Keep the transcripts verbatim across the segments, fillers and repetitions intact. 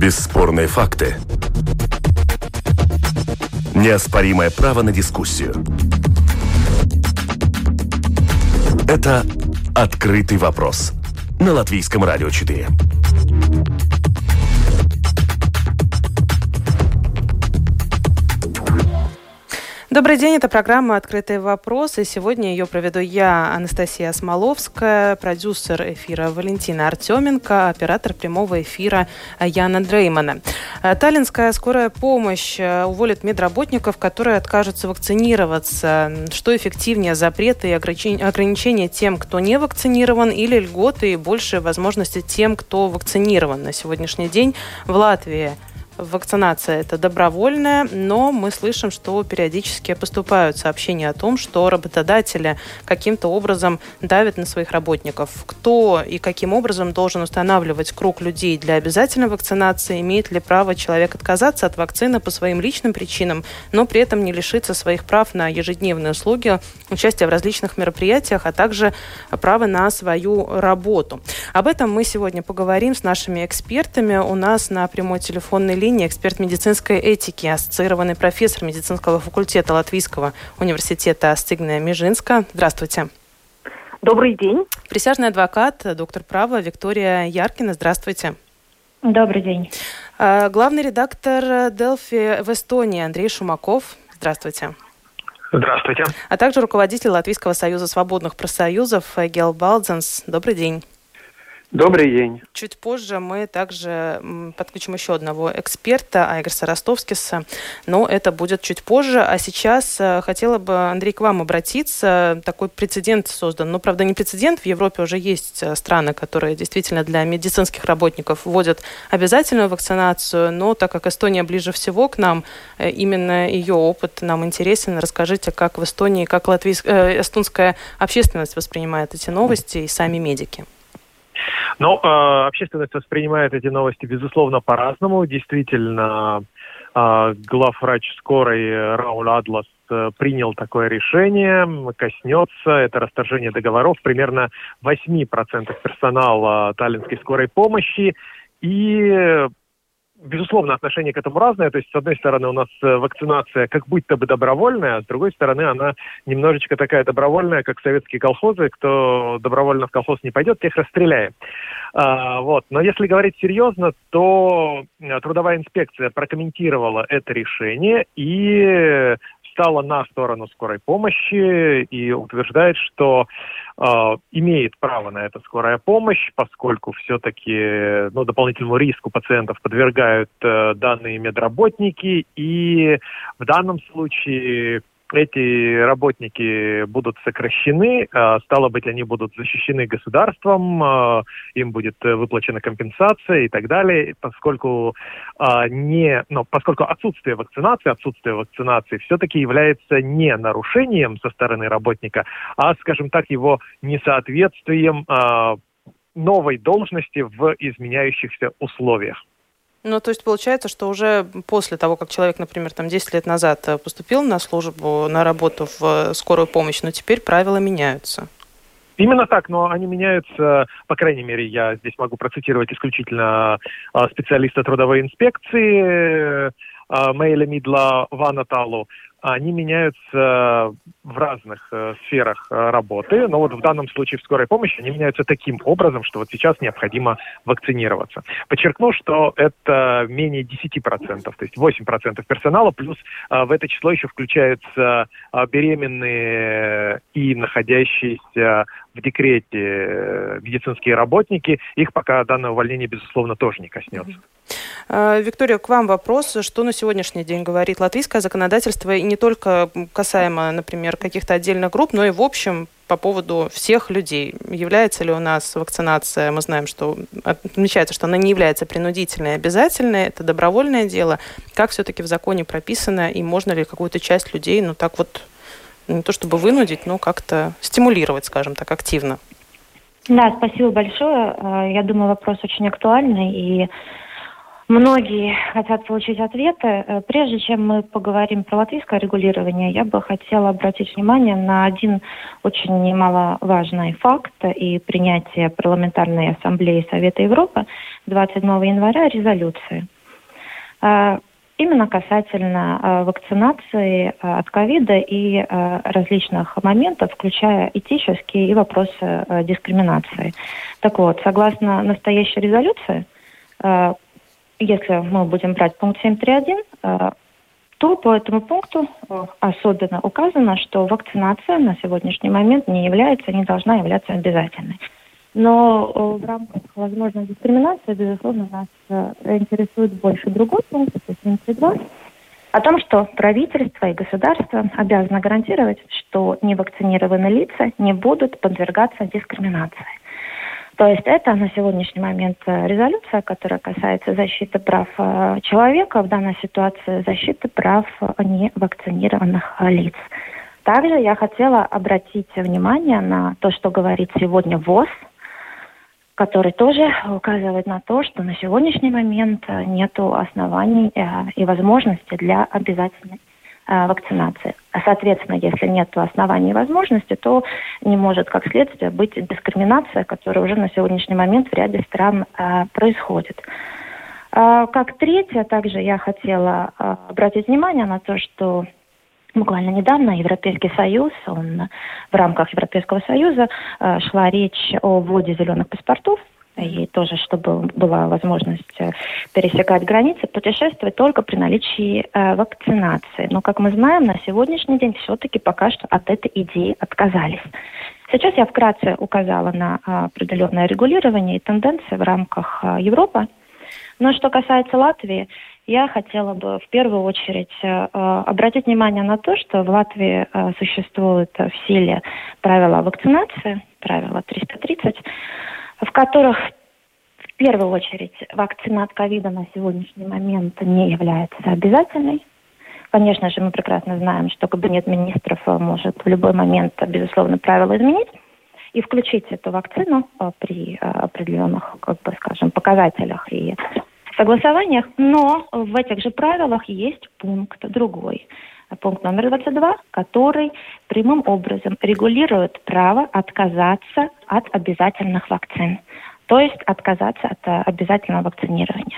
Бесспорные факты. Неоспоримое право на дискуссию. Это «Открытый вопрос» на Латвийском радио четыре. Добрый день, это программа «Открытый вопрос», и сегодня ее проведу я, Анастасия Смоловская, продюсер эфира Валентина Артеменко, оператор прямого эфира Яна Дреймана. Таллинская скорая помощь уволит медработников, которые откажутся вакцинироваться. Что эффективнее, запреты и ограничения тем, кто не вакцинирован, или льготы и больше возможностей тем, кто вакцинирован? На сегодняшний день в Латвии вакцинация – это добровольная, но мы слышим, что периодически поступают сообщения о том, что работодатели каким-то образом давят на своих работников. Кто и каким образом должен устанавливать круг людей для обязательной вакцинации? Имеет ли право человек отказаться от вакцины по своим личным причинам, но при этом не лишиться своих прав на ежедневные услуги, участие в различных мероприятиях, а также право на свою работу? Об этом мы сегодня поговорим с нашими экспертами. У нас на прямой телефонной линии эксперт медицинской этики, ассоциированный профессор медицинского факультета Латвийского университета Стигнея Межинска. Здравствуйте. Добрый день. Присяжный адвокат, доктор права Виктория Яркина. Здравствуйте. Добрый день. Главный редактор Делфи в Эстонии Андрей Шумаков. Здравствуйте. Здравствуйте. А также руководитель Латвийского союза свободных профсоюзов Гел Балдзенс. Добрый день. Добрый день. Чуть позже мы также подключим еще одного эксперта, Айгарса Ростовскиса, но это будет чуть позже. А сейчас хотела бы, Андрей, к вам обратиться. Такой прецедент создан. Ну, правда, не прецедент. В Европе уже есть страны, которые действительно для медицинских работников вводят обязательную вакцинацию, но так как Эстония ближе всего к нам, именно ее опыт нам интересен. Расскажите, как в Эстонии, как латвийская, эстонская общественность воспринимает эти новости и сами медики. Ну, э, общественность воспринимает эти новости, безусловно, по-разному. Действительно, э, главврач скорой Рауль Адлас э, принял такое решение. Коснется это расторжение договоров примерно восемь процентов персонала Таллинской скорой помощи. И, безусловно, отношение к этому разное. То есть, с одной стороны, у нас вакцинация как будто бы добровольная, а с другой стороны, она немножечко такая добровольная, как советские колхозы. Кто добровольно в колхоз не пойдет, тех расстреляем. А, вот. Но если говорить серьезно, то трудовая инспекция прокомментировала это решение и встала на сторону скорой помощи и утверждает, что э, имеет право на это скорая помощь, поскольку все-таки ну, дополнительному риску пациентов подвергают э, данные медработники, и в данном случае эти работники будут сокращены, э, стало быть, они будут защищены государством, э, им будет выплачена компенсация и так далее, поскольку, э, не, ну, поскольку отсутствие вакцинации, отсутствие вакцинации все-таки является не нарушением со стороны работника, а, скажем так, его несоответствием э, новой должности в изменяющихся условиях. Ну, то есть получается, что уже после того, как человек, например, там десять лет назад поступил на службу, на работу в скорую помощь, но теперь правила меняются. Именно так, но они меняются, по крайней мере, я здесь могу процитировать исключительно специалиста трудовой инспекции Мейля Мидла Ванаталу. Они меняются в разных э, сферах э, работы, но вот в данном случае в скорой помощи они меняются таким образом, что вот сейчас необходимо вакцинироваться. Подчеркну, что это менее десять процентов, то есть восемь процентов персонала, плюс э, в это число еще включаются э, беременные и находящиеся в декрете э, медицинские работники. Их пока данное увольнение, безусловно, тоже не коснется. Виктория, к вам вопрос. Что на сегодняшний день говорит латвийское законодательство, и не только касаемо, например, каких-то отдельных групп, но и в общем по поводу всех людей? Является ли у нас вакцинация? Мы знаем, что отмечается, что она не является принудительной и обязательной, это добровольное дело. Как все-таки в законе прописано, и можно ли какую-то часть людей, ну так вот, не то чтобы вынудить, но как-то стимулировать, скажем так, активно? Да, спасибо большое. Я думаю, вопрос очень актуальный, и многие хотят получить ответы. Прежде чем мы поговорим про латвийское регулирование, я бы хотела обратить внимание на один очень немаловажный факт и принятие парламентарной ассамблеи Совета Европы двадцать седьмого января резолюции. Именно касательно вакцинации от ковида и различных моментов, включая этические и вопросы дискриминации. Так вот, согласно настоящей резолюции, если мы будем брать пункт семь точка три точка один, то по этому пункту особенно указано, что вакцинация на сегодняшний момент не является, не должна являться обязательной. Но в рамках возможной дискриминации, безусловно, нас интересует больше другой пункт, это семь точка два, о том, что правительство и государство обязаны гарантировать, что невакцинированные лица не будут подвергаться дискриминации. То есть это на сегодняшний момент резолюция, которая касается защиты прав человека, в данной ситуации защиты прав невакцинированных лиц. Также я хотела обратить внимание на то, что говорит сегодня ВОЗ, который тоже указывает на то, что на сегодняшний момент нет оснований и возможности для обязательной вакцинации. А, соответственно, если нет оснований и возможности, то не может, как следствие, быть дискриминация, которая уже на сегодняшний момент в ряде стран а, происходит. А, как третье, также я хотела а, обратить внимание на то, что буквально недавно Европейский Союз, он в рамках Европейского Союза э, шла речь о вводе зеленых паспортов, и тоже, чтобы была возможность пересекать границы, путешествовать только при наличии э, вакцинации. Но, как мы знаем, на сегодняшний день все-таки пока что от этой идеи отказались. Сейчас я вкратце указала на э, определенное регулирование и тенденции в рамках э, Европы. Но что касается Латвии, я хотела бы в первую очередь э, обратить внимание на то, что в Латвии э, существуют в силе правила вакцинации, правила триста тридцать, в которых в первую очередь вакцина от ковида на сегодняшний момент не является обязательной. Конечно же, мы прекрасно знаем, что Кабинет министров может в любой момент, безусловно, правила изменить и включить эту вакцину э, при э, определенных, как бы скажем, показателях и согласованиях, но в этих же правилах есть пункт другой. Пункт номер двадцать два, который прямым образом регулирует право отказаться от обязательных вакцин, то есть отказаться от обязательного вакцинирования.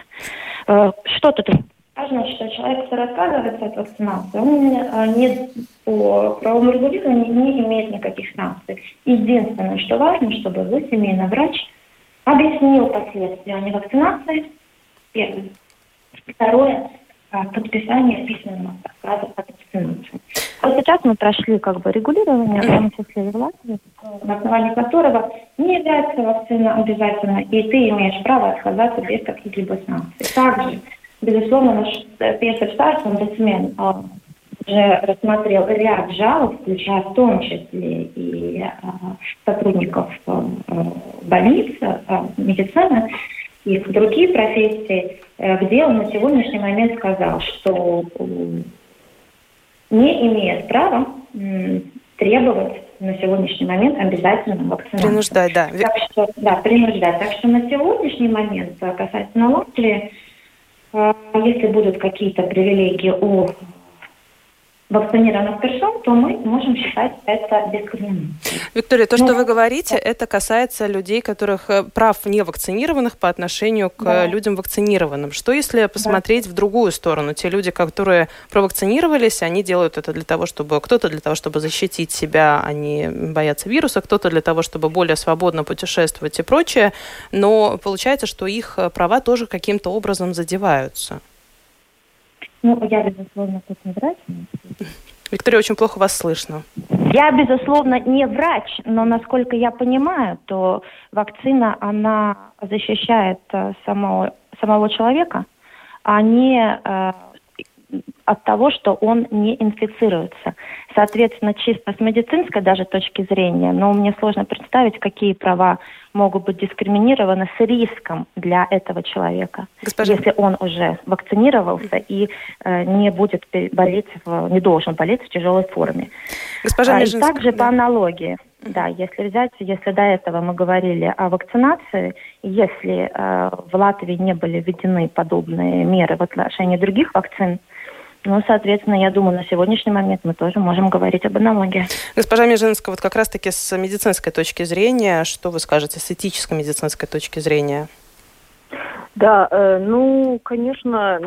Что тут важно, что человек, который отказывается от вакцинации, он не, по правовому регулированию не имеет никаких санкций. Единственное, что важно, чтобы вы, семейный врач, объяснил последствия невакцинации. Первое. Второе. Подписание письменного отказа от вакцинации. Вот сейчас мы прошли как бы регулирование, в том числе и в Латвии, на основании которого не является вакцина обязательно, и ты имеешь право отказаться без каких-либо санкций. Также, безусловно, наш первый старший омбудсмен уже рассмотрел ряд жалоб, включая в том числе и а, сотрудников а, больниц, а, медицины, и в другие профессии, где он на сегодняшний момент сказал, что не имеет права требовать на сегодняшний момент обязательно вакцинации. Принуждать, да. Так что, да, принуждать. Так что на сегодняшний момент, касательно Латвии, если будут какие-то привилегии у вакцинированных персон, то мы можем считать это дискриминацией. Виктория, то, ну, что вы говорите, да. это касается людей, которых прав не вакцинированных по отношению к да. людям вакцинированным. Что если посмотреть да. в другую сторону? Те люди, которые провакцинировались, они делают это для того, чтобы кто-то для того, чтобы защитить себя, они боятся вируса, кто-то для того, чтобы более свободно путешествовать и прочее. Но получается, что их права тоже каким-то образом задеваются. Ну, я, безусловно, тут не врач. Виктория, очень плохо вас слышно. Я, безусловно, не врач, но, насколько я понимаю, то вакцина, она защищает самого, самого человека, а не э, от того, что он не инфицируется. Соответственно, чисто с медицинской даже точки зрения, но мне сложно представить, какие права могут быть дискриминированы с риском для этого человека, Госпожа... если он уже вакцинировался и э, не будет болеть, в, не должен болеть в тяжелой форме. Госпожа а, и также да. по аналогии, да, если взять, если до этого мы говорили о вакцинации, если э, в Латвии не были введены подобные меры в отношении других вакцин, ну, соответственно, я думаю, на сегодняшний момент мы тоже можем говорить об аналогии. Госпожа Межинская, вот как раз-таки с медицинской точки зрения, что вы скажете, с этической медицинской точки зрения? Да, э, ну, конечно, медицина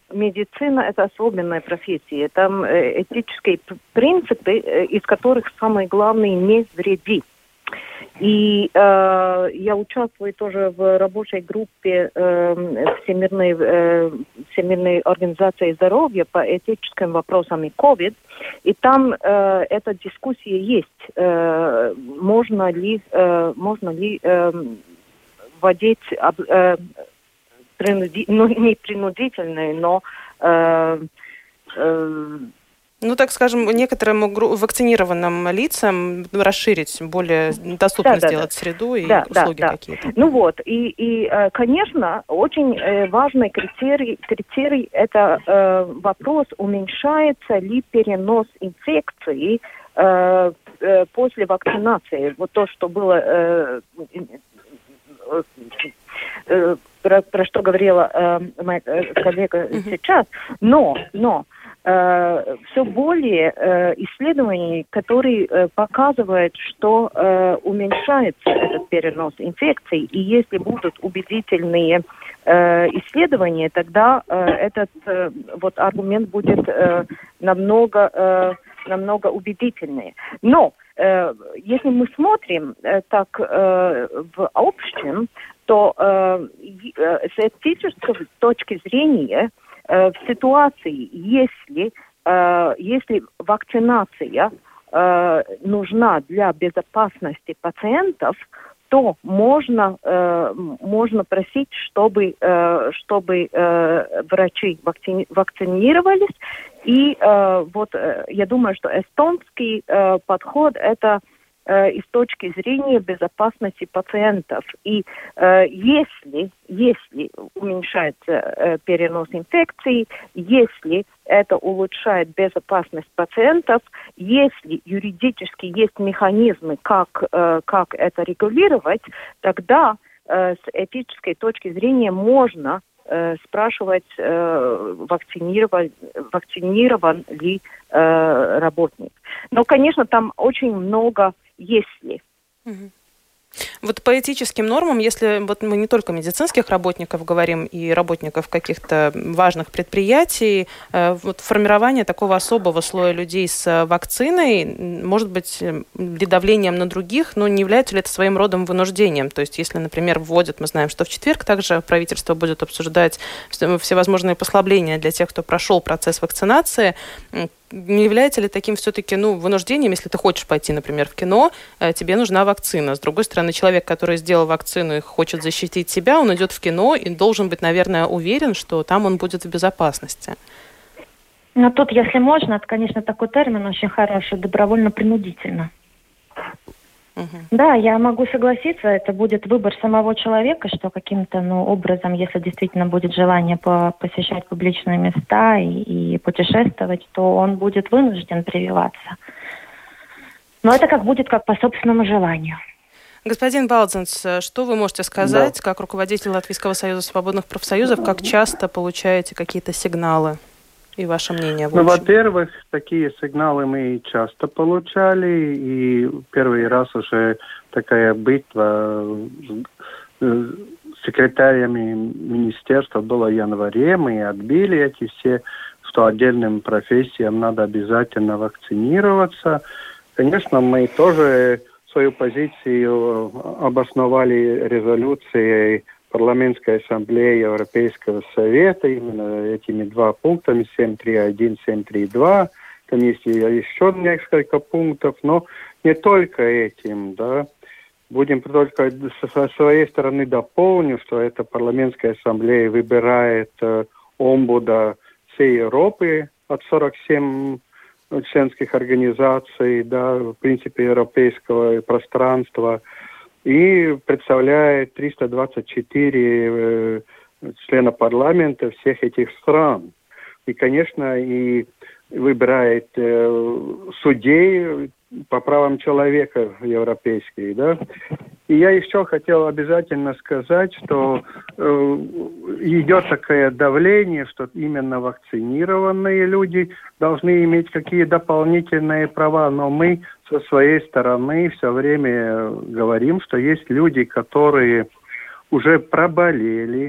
медицина – это особенная профессия. Там э, этические принципы, э, из которых самое главное – не вреди. И э, я участвую тоже в рабочей группе э, Всемирной, э, Всемирной организации здоровья по этическим вопросам и ковид. И там э, эта дискуссия есть. Э, можно ли, э, можно ли э, вводить э, принуди, ну, не принудительные, но э, э, Ну, так скажем, некоторым вакцинированным лицам расширить, более доступно да, да, сделать да. среду и да, услуги да, да. какие-то. Ну вот, и, и конечно, очень важный критерий, критерий это э, вопрос, уменьшается ли перенос инфекции э, э, после вакцинации. Вот то, что было... Э, э, про, про что говорила э, моя коллега uh-huh. сейчас, но, но э, все более э, исследований, которые э, показывают, что э, уменьшается этот перенос инфекций, и если будут убедительные э, исследования, тогда э, этот э, вот аргумент будет э, намного, э, намного убедительнее. Но э, если мы смотрим э, так э, в общем, то э, с этической точки зрения э, в ситуации, если, э, если вакцинация э, нужна для безопасности пациентов, то можно, э, можно просить, чтобы, э, чтобы э, врачи вакцини- вакцинировались. И э, вот э, я думаю, что эстонский э, подход – это и с точки зрения безопасности пациентов. И э, если, если уменьшается э, перенос инфекции, если это улучшает безопасность пациентов, если юридически есть механизмы, как, э, как это регулировать, тогда э, с этической точки зрения можно э, спрашивать, э, вакцинирован, вакцинирован ли э, работник. Но, конечно, там очень много если. Угу. Вот по этическим нормам, если вот мы не только медицинских работников говорим и работников каких-то важных предприятий, вот формирование такого особого слоя людей с вакциной, может быть, ли давлением на других, но не является ли это своим родом вынуждением? То есть, если, например, вводят, мы знаем, что в четверг также правительство будет обсуждать всевозможные послабления для тех, кто прошел процесс вакцинации, не является ли таким все-таки ну, вынуждением, если ты хочешь пойти, например, в кино, тебе нужна вакцина. С другой стороны, человек, который сделал вакцину и хочет защитить себя, он идет в кино и должен быть, наверное, уверен, что там он будет в безопасности. Ну, тут, если можно, это, конечно, такой термин очень хороший, добровольно-принудительно. Угу. Да, я могу согласиться, это будет выбор самого человека, что каким-то ну, образом, если действительно будет желание по- посещать публичные места и, и путешествовать, то он будет вынужден прививаться. Но это как будет как по собственному желанию. Господин Балдзенс, что вы можете сказать, да. как руководитель Латвийского союза свободных профсоюзов, как часто получаете какие-то сигналы? И ваше мнение? Ну, во-первых, такие сигналы мы часто получали, и первый раз уже такая битва с секретарями министерства была в январе. Мы отбили эти все, что отдельным профессиям надо обязательно вакцинироваться. Конечно, мы тоже свою позицию обосновали резолюцией Парламентской ассамблеи Европейского совета, именно этими два пунктами, семь три один, семь три два. Там есть еще несколько пунктов, но не только этим, да. Будем только со своей стороны дополню, что эта парламентская ассамблея выбирает э, омбуда всей Европы от сорок семь членских организаций, да, в принципе, европейского пространства, и представляет триста двадцать четыре э, члена парламента всех этих стран. И, конечно, и выбирает э, судей по правам человека европейские, да. И я еще хотел обязательно сказать, что э, идет такое давление, что именно вакцинированные люди должны иметь какие дополнительные права, но мы со своей стороны все время говорим, что есть люди, которые уже проболели,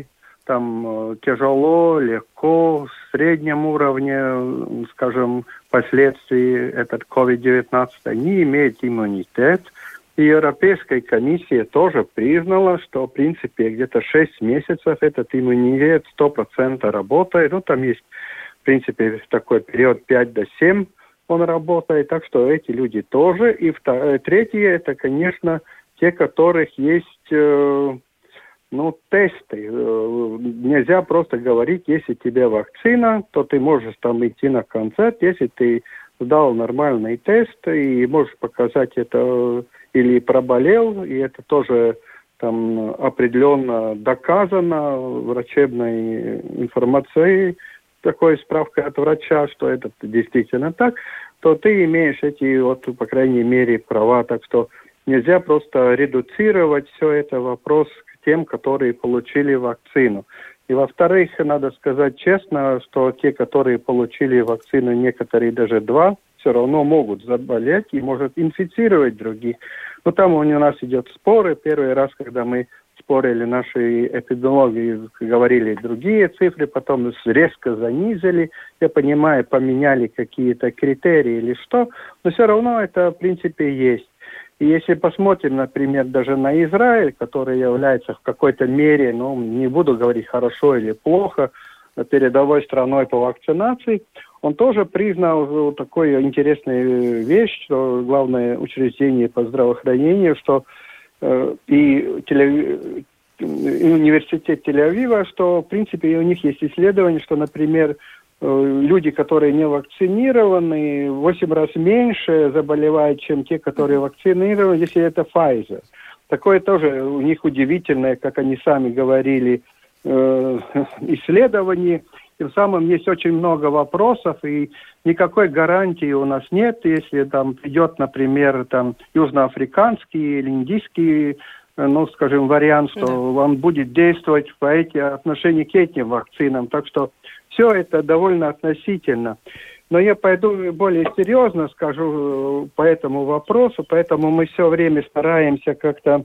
там тяжело, легко, в среднем уровне, скажем, последствий этот ковид девятнадцать, они имеют иммунитет. И Европейская комиссия тоже признала, что, в принципе, где-то шесть месяцев этот иммунитет сто процентов работает. Ну, там есть, в принципе, такой период пять до семь он работает. Так что эти люди тоже. И второе, третье, это, конечно, те, которых есть, э, ну, тесты. Э, нельзя просто говорить, если тебе вакцина, то ты можешь там идти на концерт. Если ты сдал нормальный тест и можешь показать это или проболел, и это тоже там определенно доказано врачебной информацией, такой справкой от врача, что это действительно так, то ты имеешь эти, вот, по крайней мере, права. Так что нельзя просто редуцировать все это вопрос к тем, которые получили вакцину. И во-вторых, надо сказать честно, что те, которые получили вакцину, некоторые даже два, все равно могут заболеть и может инфицировать других. Но там у нас идет споры. Первый раз, когда мы спорили, наши эпидемиологи говорили другие цифры, потом резко занизили. Я понимаю, поменяли какие-то критерии или что, но все равно это, в принципе, есть. И если посмотрим, например, даже на Израиль, который является в какой-то мере, ну, не буду говорить хорошо или плохо, передовой страной по вакцинации, он тоже признал такую интересную вещь, что главное учреждение по здравоохранению, что э, и, теле, и университет Тель-Авива, что в принципе у них есть исследование, что, например, э, люди, которые не вакцинированы, в восемь раз меньше заболевают, чем те, которые вакцинированы, если это Pfizer. Такое тоже у них удивительное, как они сами говорили, э, исследование. Тем самым есть очень много вопросов, и никакой гарантии у нас нет, если там придет, например, там южноафриканский или индийский, ну, скажем, вариант, что да. он будет действовать по эти отношению к этим вакцинам. Так что все это довольно относительно. Но я пойду более серьезно скажу по этому вопросу, поэтому мы все время стараемся как-то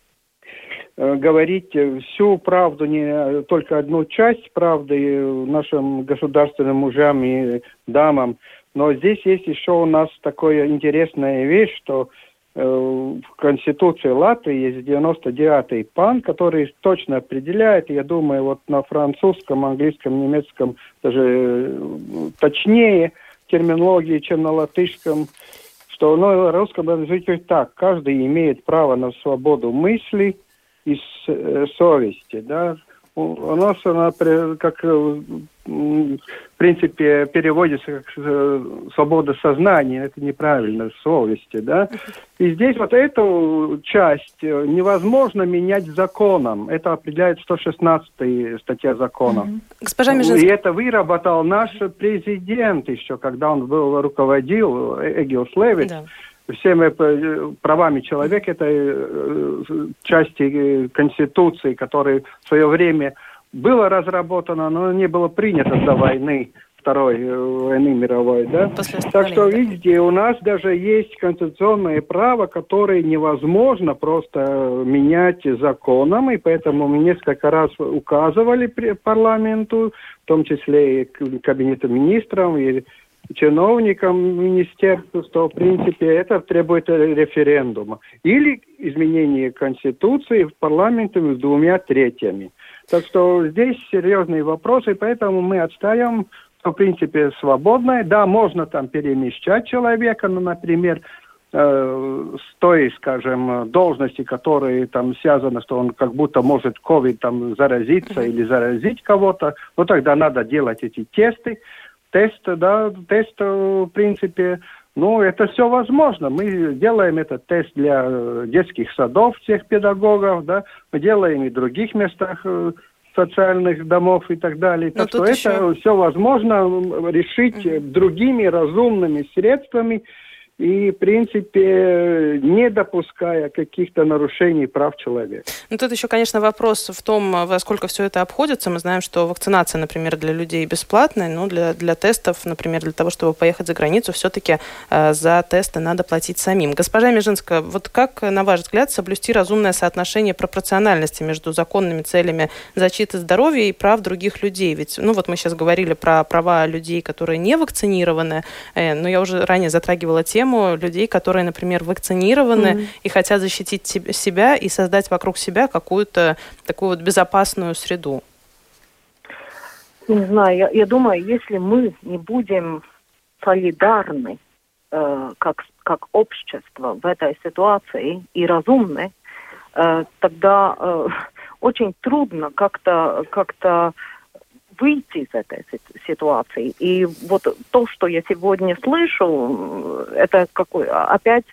говорить всю правду, не только одну часть правды нашим государственным мужам и дамам. Но здесь есть еще у нас такая интересная вещь, что э, в Конституции Латвии есть девяносто девятый пан, который точно определяет, я думаю, вот на французском, английском, немецком даже э, точнее терминологии, чем на латышском, что ну, на русском звучит так: каждый имеет право на свободу мысли и э, совести, да. У нас она, как в принципе, переводится как свобода сознания, это неправильно, совести, да. И здесь вот эту часть невозможно менять законом. Это определяет сто шестнадцатая статья закона. Mm-hmm. Госпожа Межинская. И это выработал наш президент еще, когда он был, руководил, Эгил Левитс. Да. Всеми правами человека, этой части Конституции, которая в свое время была разработана, но не было принято до войны, Второй войны мировой. Да? Так что, видите, у нас даже есть конституционное право, которое невозможно просто менять законом, и поэтому мы несколько раз указывали парламенту, в том числе и Кабинету министров, и чиновникам министерства, что, в принципе, это требует референдума. Или изменение Конституции в парламенте с двумя третьими. Так что здесь серьезные вопросы, поэтому мы отстаиваем, что, в принципе, свободное. Да, можно там перемещать человека, ну, например, э, с той, скажем, должности, которая там связана, что он как будто может ковид там заразиться mm-hmm. или заразить кого-то. Ну, тогда надо делать эти тесты. Тест, да, тест, в принципе, ну, это все возможно. Мы делаем этот тест для детских садов, всех педагогов, да, мы делаем и в других местах социальных домов и так далее. Но так что еще... это все возможно решить mm-hmm. другими разумными средствами. и, в принципе, не допуская каких-то нарушений прав человека. Ну, тут еще, конечно, вопрос в том, во сколько все это обходится. Мы знаем, что вакцинация, например, для людей бесплатная, но для, для тестов, например, для того, чтобы поехать за границу, все-таки э, за тесты надо платить самим. Госпожа Межинская, вот как, на ваш взгляд, соблюсти разумное соотношение пропорциональности между законными целями защиты здоровья и прав других людей? Ведь, ну, вот мы сейчас говорили про права людей, которые не вакцинированы, э, но я уже ранее затрагивала тему людей, которые, например, вакцинированы mm-hmm. и хотят защитить себя и создать вокруг себя какую-то такую вот безопасную среду. Не знаю, я, я думаю, если мы не будем солидарны э, как, как общество в этой ситуации и разумны, э, тогда э, очень трудно как-то, как-то выйти из этой ситуации. И вот то, что я сегодня слышу, это какой опять...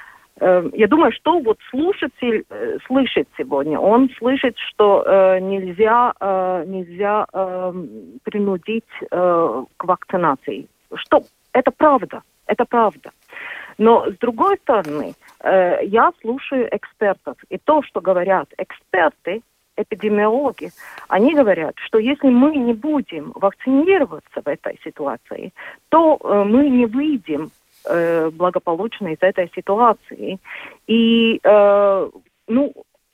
Э, я думаю, что вот слушатель э, слышит сегодня. Он слышит, что э, нельзя, э, нельзя э, принудить э, к вакцинации. Что? Это правда. Это правда. Но с другой стороны, э, я слушаю экспертов. И то, что говорят эксперты, эпидемиологи, они говорят, что если мы не будем вакцинироваться в этой ситуации, то э, мы не выйдем э, благополучно из этой ситуации. И, э, ну,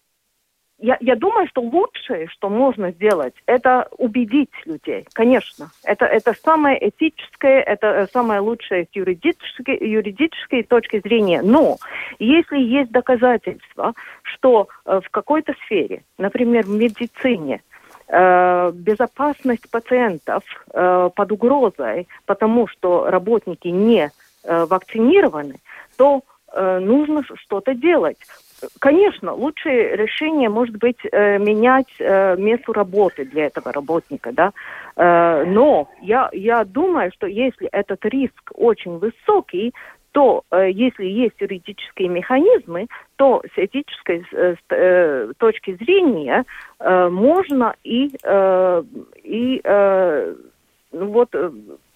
я, я думаю, что лучшее, что можно сделать, это убедить людей. Конечно, это, это самое этическое, это самое лучшее с юридической, юридической точки зрения. Но если есть доказательства, что э, в какой-то сфере, например, в медицине, э, безопасность пациентов э, под угрозой, потому что работники не э, вакцинированы, то э, нужно что-то делать. Конечно, лучшее решение может быть э, менять э, место работы для этого работника, да. Э, но я, я думаю, что если этот риск очень высокий, то э, если есть юридические механизмы, то с этической э, э, точки зрения э, можно и, э, и э, вот э,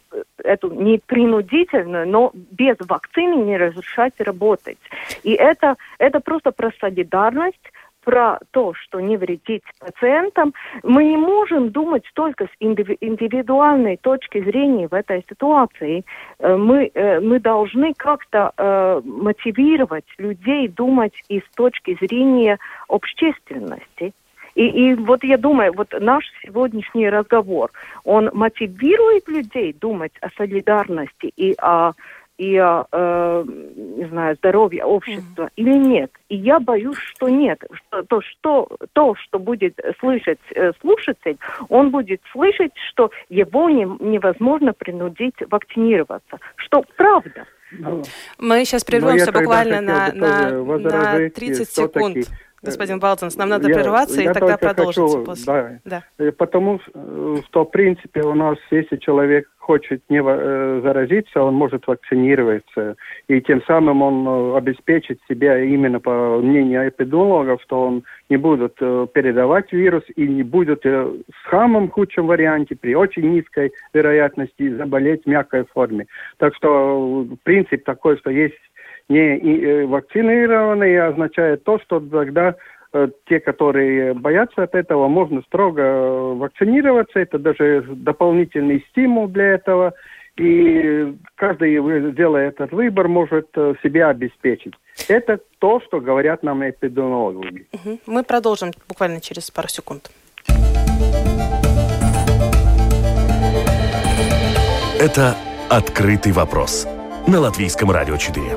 эту не принудительную, но без вакцины не разрешать работать. И это, это просто про солидарность, про то, что не вредить пациентам. Мы не можем думать только с индивидуальной точки зрения в этой ситуации. Мы, мы должны как-то э, мотивировать людей думать и с точки зрения общественности. И, и вот я думаю, вот наш сегодняшний разговор, он мотивирует людей думать о солидарности и о, и о э, не знаю, здоровье общества mm. или нет. И я боюсь, что нет. Что, то, что, то, что будет слышать э, слушатель, он будет слышать, что его не, невозможно принудить вакцинироваться. Что правда. Ну, мы сейчас прервемся буквально на, на, на тридцать секунд. Господин Балдзенс, нам надо я, прерваться я и тогда продолжить хочу, после. Да, да. Потому что, в принципе, у нас, если человек хочет не заразиться, он может вакцинироваться. И тем самым он обеспечит себя, именно по мнению эпидемиологов, что он не будет передавать вирус и не будет в самом худшем варианте, при очень низкой вероятности, заболеть в мягкой форме. Так что принцип такой, что есть не вакцинированные, означает то, что тогда э, те, которые боятся от этого, можно строго вакцинироваться. Это даже дополнительный стимул для этого. И каждый, делая этот выбор, может себя обеспечить. Это то, что говорят нам эпидемиологи. Угу. Мы продолжим буквально через пару секунд. Это «Открытый вопрос» на Латвийском радио четыре.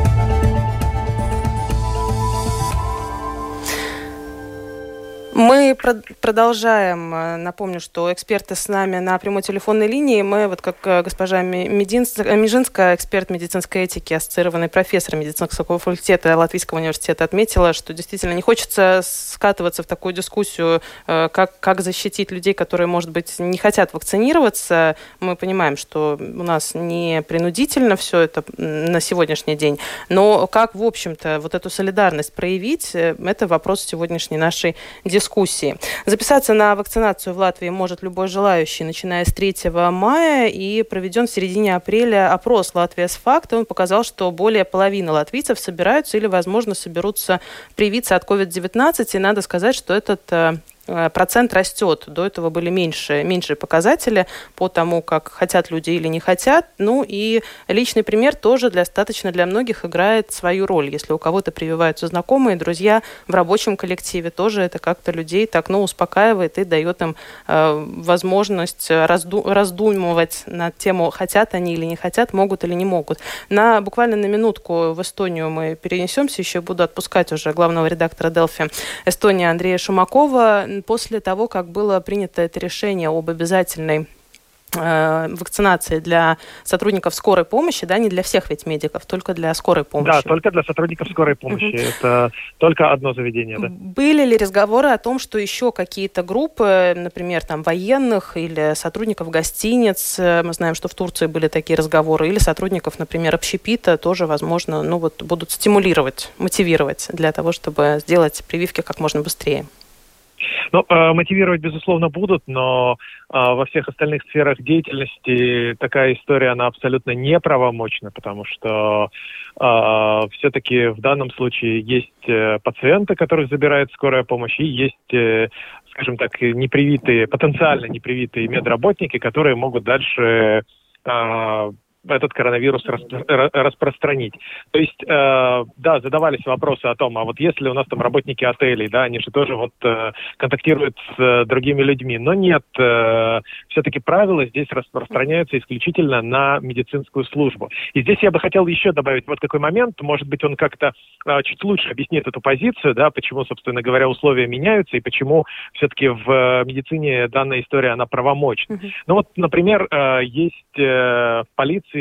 Мы продолжаем. Напомню, что эксперты с нами на прямой телефонной линии. Мы, вот как госпожа Межинская, эксперт медицинской этики, ассоциированный профессор медицинского факультета Латвийского университета, отметила, что действительно не хочется скатываться в такую дискуссию, как, как защитить людей, которые, может быть, не хотят вакцинироваться. Мы понимаем, что у нас не принудительно все это на сегодняшний день, но как, в общем-то, вот эту солидарность проявить, это вопрос сегодняшней нашей дискуссии. дискуссии. Записаться на вакцинацию в Латвии может любой желающий, начиная с третьего мая, и проведен в середине апреля опрос «Латвия с факт». Он показал, что более половины латвийцев собираются или, возможно, соберутся привиться от ковид девятнадцать. И надо сказать, что этот процент растет. До этого были меньше, меньшие показатели по тому, как хотят люди или не хотят. Ну и личный пример тоже достаточно для многих играет свою роль. Если у кого-то прививаются знакомые, друзья в рабочем коллективе, тоже это как-то людей так, ну, успокаивает и дает им э, возможность разду- раздумывать над тему, хотят они или не хотят, могут или не могут. На, буквально на минутку в Эстонию мы перенесемся. Еще буду отпускать уже главного редактора Делфи Эстонии Андрея Шумакова. После того, как было принято это решение об обязательной э, вакцинации для сотрудников скорой помощи, да, не для всех ведь медиков, только для скорой помощи. Да, только для сотрудников скорой помощи. Uh-huh. Это только одно заведение, да. Были ли разговоры о том, что еще какие-то группы, например, там военных или сотрудников гостиниц, мы знаем, что в Турции были такие разговоры, или сотрудников, например, общепита, тоже, возможно, ну вот будут стимулировать, мотивировать для того, чтобы сделать прививки как можно быстрее? Ну, мотивировать, безусловно, будут, но во всех остальных сферах деятельности такая история, она абсолютно неправомочна, потому что э, все-таки в данном случае есть пациенты, которых забирает скорая помощь, и есть, э, скажем так, непривитые, потенциально непривитые медработники, которые могут дальше э, этот коронавирус распро- распространить. То есть, э, да, задавались вопросы о том, а вот если у нас там работники отелей, да, они же тоже вот э, контактируют с э, другими людьми. Но нет, э, все-таки правила здесь распространяются исключительно на медицинскую службу. И здесь я бы хотел еще добавить вот какой момент, может быть, он как-то э, чуть лучше объяснит эту позицию, да, почему, собственно говоря, условия меняются и почему все-таки в медицине данная история, она правомочна. Mm-hmm. Ну вот, например, э, есть э, полиция,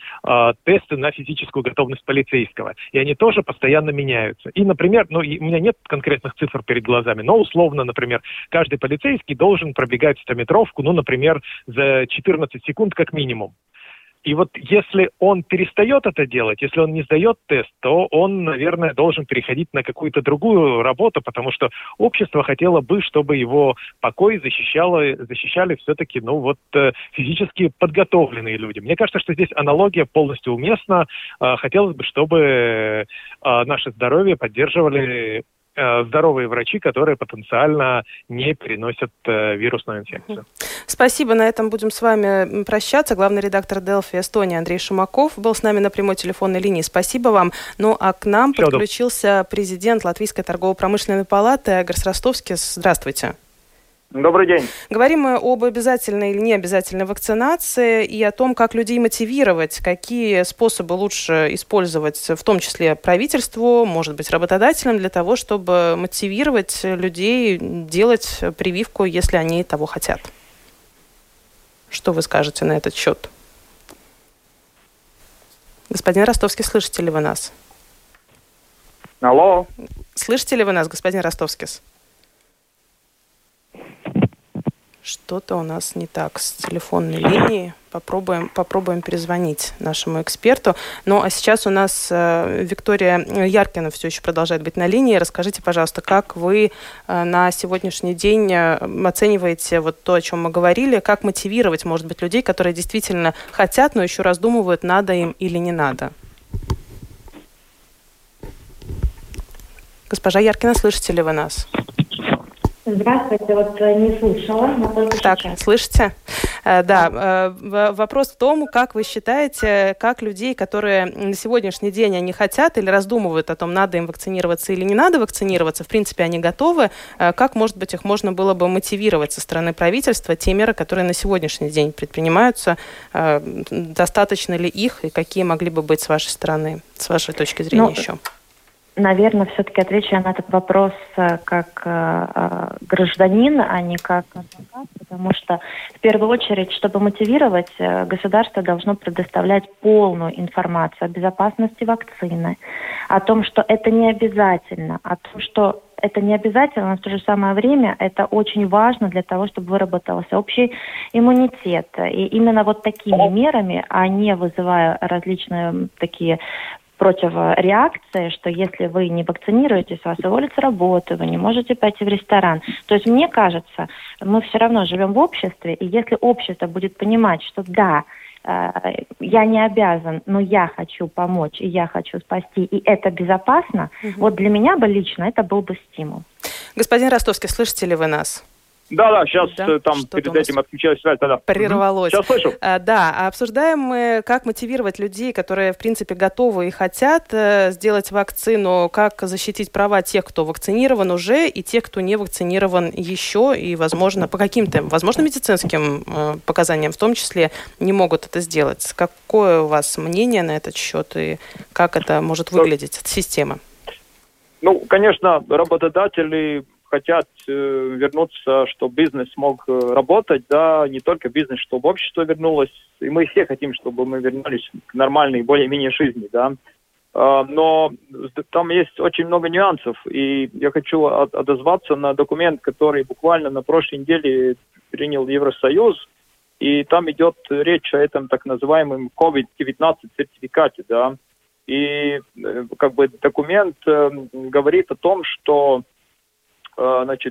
тесты на физическую готовность полицейского. И они тоже постоянно меняются. И, например, ну, и у меня нет конкретных цифр перед глазами, но условно, например, каждый полицейский должен пробегать стометровку, ну, например, за четырнадцать секунд как минимум. И вот если он перестает это делать, если он не сдает тест, то он, наверное, должен переходить на какую-то другую работу, потому что общество хотело бы, чтобы его покой защищало, защищали все-таки, ну вот, физически подготовленные люди. Мне кажется, что здесь аналогия полностью уместна. Хотелось бы, чтобы наше здоровье поддерживали здоровые врачи, которые потенциально не переносят э, вирусную инфекцию. Спасибо. На этом будем с вами прощаться. Главный редактор Делфи Эстонии Андрей Шумаков был с нами на прямой телефонной линии. Спасибо вам. Ну а к нам Все подключился добро. Президент Латвийской торгово-промышленной палаты Эгарс Ростовскис. Здравствуйте. Добрый день. Говорим мы об обязательной или необязательной вакцинации и о том, как людей мотивировать, какие способы лучше использовать, в том числе правительству, может быть, работодателям, для того, чтобы мотивировать людей делать прививку, если они того хотят. Что вы скажете на этот счет? Господин Ростовский, слышите ли вы нас? Алло. Слышите ли вы нас, господин Ростовскис? Что-то у нас не так с телефонной линией. Попробуем, попробуем перезвонить нашему эксперту. Ну, а сейчас у нас э, Виктория Яркина все еще продолжает быть на линии. Расскажите, пожалуйста, как вы э, на сегодняшний день э, оцениваете вот то, о чем мы говорили, как мотивировать, может быть, людей, которые действительно хотят, но еще раздумывают, надо им или не надо? Госпожа Яркина, слышите ли вы нас? Здравствуйте, вот не слышала, но только так, сейчас. Слышите? Да, вопрос в том, как вы считаете, как людей, которые на сегодняшний день они хотят или раздумывают о том, надо им вакцинироваться или не надо вакцинироваться, в принципе, они готовы, как, может быть, их можно было бы мотивировать со стороны правительства, те меры, которые на сегодняшний день предпринимаются, достаточно ли их и какие могли бы быть с вашей стороны, с вашей точки зрения ну, еще? Наверное, все-таки отвечу на этот вопрос как э, гражданин, а не как адвокат, потому что в первую очередь, чтобы мотивировать, государство должно предоставлять полную информацию о безопасности вакцины, о том, что это не обязательно, о том, что это не обязательно, но в то же самое время это очень важно для того, чтобы выработался общий иммунитет. И именно вот такими мерами, а не вызывая различные такие противореакция, что если вы не вакцинируетесь, вас уволят с работы, вы не можете пойти в ресторан. То есть мне кажется, мы все равно живем в обществе, и если общество будет понимать, что да, я не обязан, но я хочу помочь, и я хочу спасти, и это безопасно, угу. вот для меня бы лично это был бы стимул. Господин Ростовский, слышите ли вы нас? Да, да, сейчас да? там Что-то перед этим отключилась связь. Да. Прервалось. Сейчас слышу. А, да, обсуждаем мы, как мотивировать людей, которые, в принципе, готовы и хотят э, сделать вакцину, как защитить права тех, кто вакцинирован уже, и тех, кто не вакцинирован еще, и, возможно, по каким-то, возможно, медицинским э, показаниям в том числе, не могут это сделать. Какое у вас мнение на этот счет, и как это может выглядеть от системы? Ну, конечно, работодатели хотят э, вернуться, чтобы бизнес мог э, работать, да, не только бизнес, чтобы общество вернулось, и мы все хотим, чтобы мы вернулись к нормальной, более-менее жизни, да. Э, но там есть очень много нюансов, и я хочу от, отозваться на документ, который буквально на прошлой неделе принял Евросоюз, и там идет речь о этом так называемом ковид девятнадцать сертификате, да. И э, как бы документ э, говорит о том, что значит,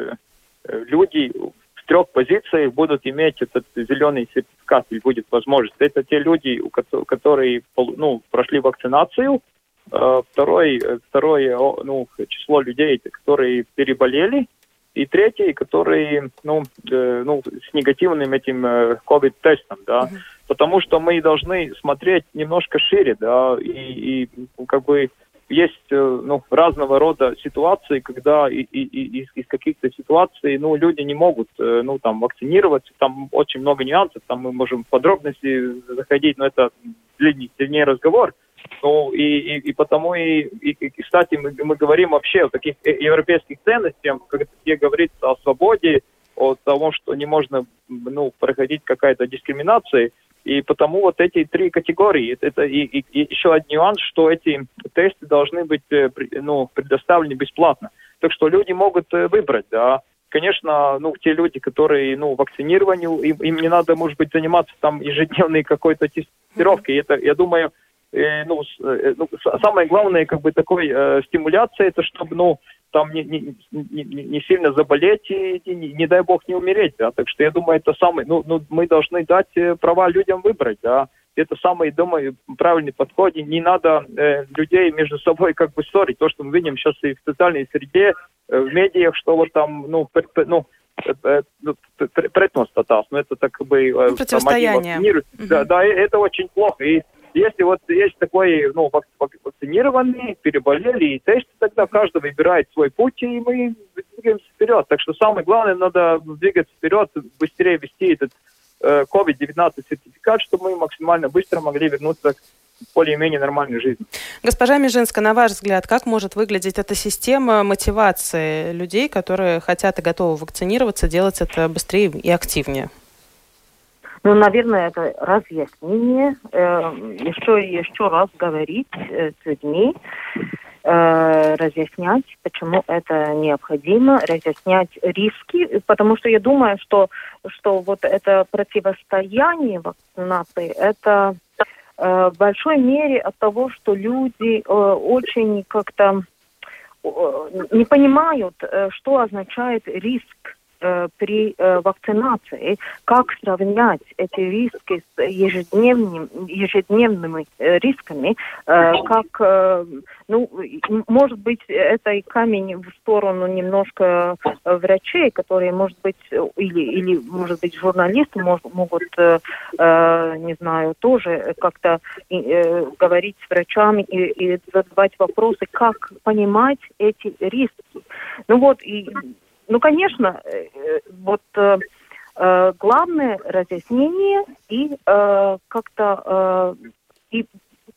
люди в трех позициях будут иметь этот зеленый сертификат, или будет возможность. Это те люди, которые ну, прошли вакцинацию, второй, второе ну, число людей, которые переболели, и третий, которые ну, ну, с негативным этим ковид-тестом, да, mm-hmm. потому что мы должны смотреть немножко шире, да, и, и как бы есть ну, разного рода ситуации, когда и, и, и, из, из каких-то ситуаций ну, люди не могут ну, там, вакцинироваться. Там очень много нюансов, там мы можем в подробности заходить, но это длиннее, длиннее разговор. Ну, и, и, и потому, и, и, и кстати, мы, мы говорим вообще о таких европейских ценностях, где говорится о свободе, о том, что не можно ну, проходить какая-то дискриминация. И потому вот эти три категории, это и, и, и еще один нюанс, что эти тесты должны быть ну, предоставлены бесплатно. Так что люди могут выбрать, да. Конечно, ну, те люди, которые ну, вакцинированы, им, им не надо, может быть, заниматься там ежедневной какой-то тестировкой. Это, я думаю, э, ну, э, ну, самое главное, как бы, такой э, стимуляция, это чтобы, ну, там не, не, не, не сильно заболеть и, и не, не дай бог не умереть, да, так что я думаю, это самое, ну, ну мы должны дать права людям выбрать, да, это самый, думаю, правильный подход, и не надо э, людей между собой как бы ссорить, то, что мы видим сейчас и в социальной среде, э, в медиах, что вот там, ну, пр, пр, ну, предност татас, ну, это так как бы... Э, противостояние. Угу. Да, да, это очень плохо, и если вот есть такой, ну, вакцинированный, переболели, и тесты, тогда каждый выбирает свой путь, и мы двигаемся вперед. Так что самое главное, надо двигаться вперед, быстрее вести этот э, ковид девятнадцать сертификат, чтобы мы максимально быстро могли вернуться к более-менее нормальной жизни. Госпожа Межинская, на ваш взгляд, как может выглядеть эта система мотивации людей, которые хотят и готовы вакцинироваться, делать это быстрее и активнее? Ну, наверное, это разъяснение, э, еще и еще раз говорить э, с людьми, э, разъяснять, почему это необходимо, разъяснять риски, потому что я думаю, что, что вот это противостояние вакцинации, это э, в большой мере от того, что люди э, очень как-то э, не понимают, э, что означает риск при э, вакцинации, как сравнять эти риски с ежедневным, ежедневными э, рисками, э, как, э, ну, может быть, это и камень в сторону немножко э, врачей, которые, может быть, или, или может быть, журналисты мож, могут, э, э, не знаю, тоже как-то э, говорить с врачами и, и задавать вопросы, как понимать эти риски. Ну вот, и Ну, конечно, вот э, главное разъяснение и э, как-то э, и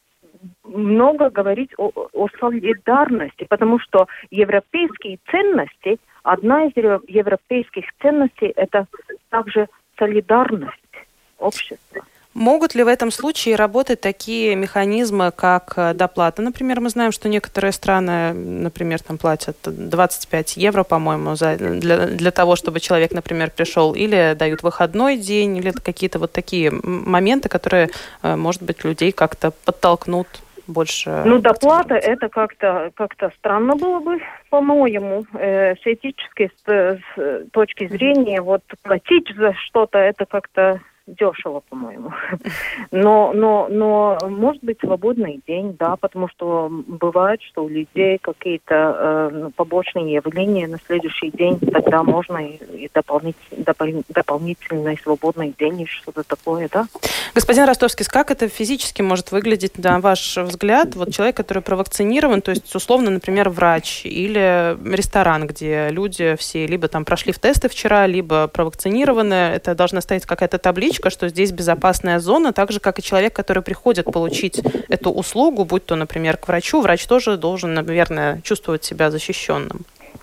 много говорить о, о солидарности, потому что европейские ценности, одна из европейских ценностей – это также солидарность общества. Могут ли в этом случае работать такие механизмы, как доплата? Например, мы знаем, что некоторые страны, например, там платят двадцать пять евро, по-моему, за, для, для того, чтобы человек, например, пришел, или дают выходной день, или какие-то вот такие моменты, которые, может быть, людей как-то подтолкнут больше... Ну, доплата, это как-то как-то странно было бы, по-моему, э, с этической с, с точки зрения, вот платить за что-то, это как-то дешево, по-моему. Но, но, но может быть свободный день, да, потому что бывает, что у людей какие-то э, побочные явления на следующий день, тогда можно и, и дополнительный, допол- дополнительный свободный день, и что-то такое, да. Господин Ростовский, как это физически может выглядеть, на ваш взгляд? Вот человек, который провакцинирован, то есть, условно, например, врач или ресторан, где люди все либо там прошли в тесты вчера, либо провакцинированы, это должна стоять какая-то табличка, что здесь безопасная зона, так же, как и человек, который приходит получить эту услугу, будь то, например, к врачу, врач тоже должен, наверное, чувствовать себя защищенным.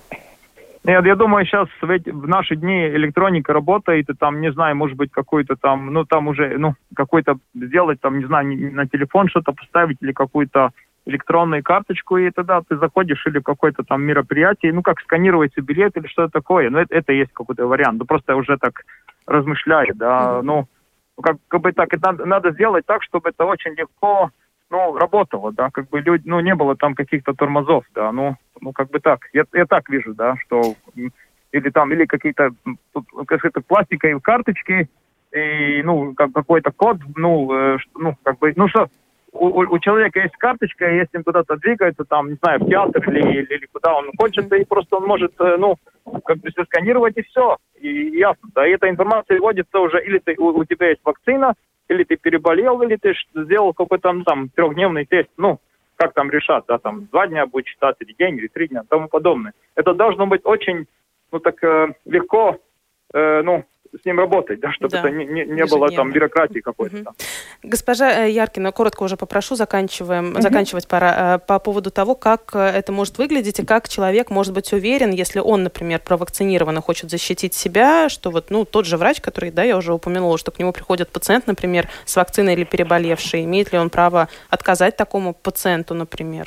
Нет, я думаю, сейчас в, эти, в наши дни электроника работает, и там, не знаю, может быть, какой-то там, ну, там уже, ну, какой-то сделать, там, не знаю, на телефон что-то поставить или какую-то электронную карточку, и тогда ты заходишь или в какое-то там мероприятие, ну, как сканировать билет или что-то такое. Ну, это, это есть какой-то вариант. Ну, просто уже так размышляю, да, ну, как, как бы так, это надо, надо сделать так, чтобы это очень легко, ну, работало, да, как бы люди, ну, не было там каких-то тормозов, да, ну, ну, как бы так, я, я так вижу, да, что или там, или какие-то, какие-то пластиковые карточки, и, ну, как, какой-то код, ну, э, ну, как бы, ну, что, у, у человека есть карточка, и если он куда-то двигается, там, не знаю, в театр или, или, или куда он хочет, и просто он может, ну, как бы сканировать, и все. И ясно, да, и эта информация вводится уже, или ты, у, у тебя есть вакцина, или ты переболел, или ты сделал какой-то там, там трехдневный тест, ну, как там решат, да, там, два дня будет считаться, или день, или три дня, и тому подобное. Это должно быть очень, ну, так, э, легко, э, ну, с ним работать, да, чтобы да. это не, не, не было там бюрократии какой-то. Угу. Госпожа Яркина, коротко уже попрошу, заканчиваем, угу. заканчивать пора, по поводу того, как это может выглядеть и как человек может быть уверен, если он, например, провакцинирован и хочет защитить себя, что вот, ну, тот же врач, который, да, я уже упомянула, что к нему приходит пациент, например, с вакциной или переболевший, имеет ли он право отказать такому пациенту, например?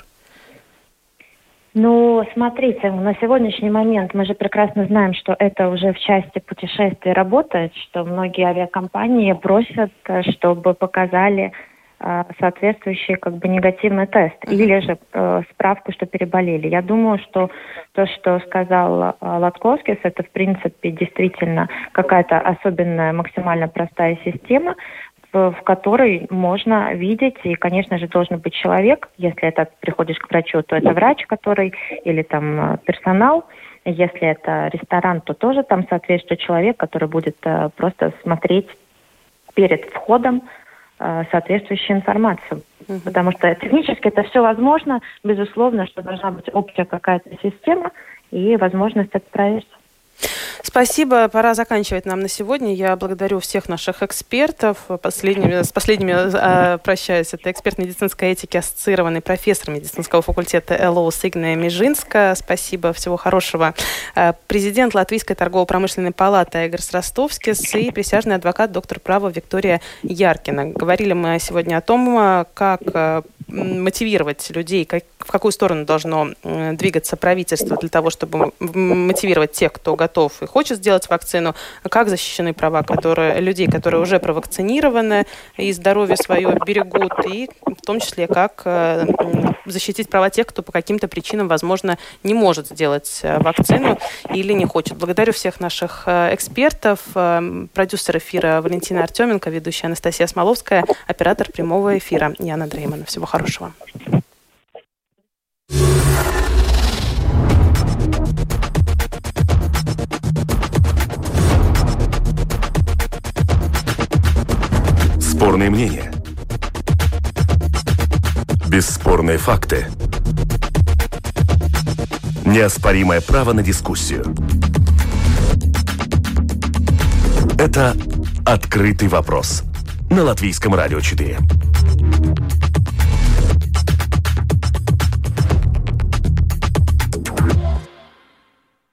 Ну, смотрите, на сегодняшний момент мы же прекрасно знаем, что это уже в части путешествий работает, что многие авиакомпании просят, чтобы показали э, соответствующий как бы негативный тест или же э, справку, что переболели. Я думаю, что то, что сказал э, Латковскис, это в принципе действительно какая-то особенная максимально простая система, в которой можно видеть, и, конечно же, должен быть человек, если это приходишь к врачу, то это врач, который, или там персонал, если это ресторан, то тоже там соответствующий человек, который будет э, просто смотреть перед входом э, соответствующую информацию. Mm-hmm. Потому что технически это все возможно, безусловно, что должна быть общая какая-то система и возможность отправиться. Спасибо. Пора заканчивать нам на сегодня. Я благодарю всех наших экспертов. Последними, с последними э, прощаюсь. Это эксперт медицинской этики, ассоциированный профессор медицинского факультета эл о эс Игная Межинска. Спасибо. Всего хорошего. Э, президент Латвийской торгово-промышленной палаты Игорь Ростовскис и присяжный адвокат, доктор права Виктория Яркина. Говорили мы сегодня о том, как э, мотивировать людей, как, в какую сторону должно э, двигаться правительство для того, чтобы мотивировать тех, кто готов и хочет сделать вакцину, как защищены права которые, людей, которые уже провакцинированы и здоровье свое берегут, и в том числе как э, защитить права тех, кто по каким-то причинам, возможно, не может сделать вакцину или не хочет. Благодарю всех наших э, экспертов, э, продюсер эфира Валентина Артеменко, ведущая Анастасия Смоловская, оператор прямого эфира Яна Дреймана. Всего хорошего. Спорные мнения. Бесспорные факты. Неоспоримое право на дискуссию. Это «Открытый вопрос» на Латвийском радио четыре.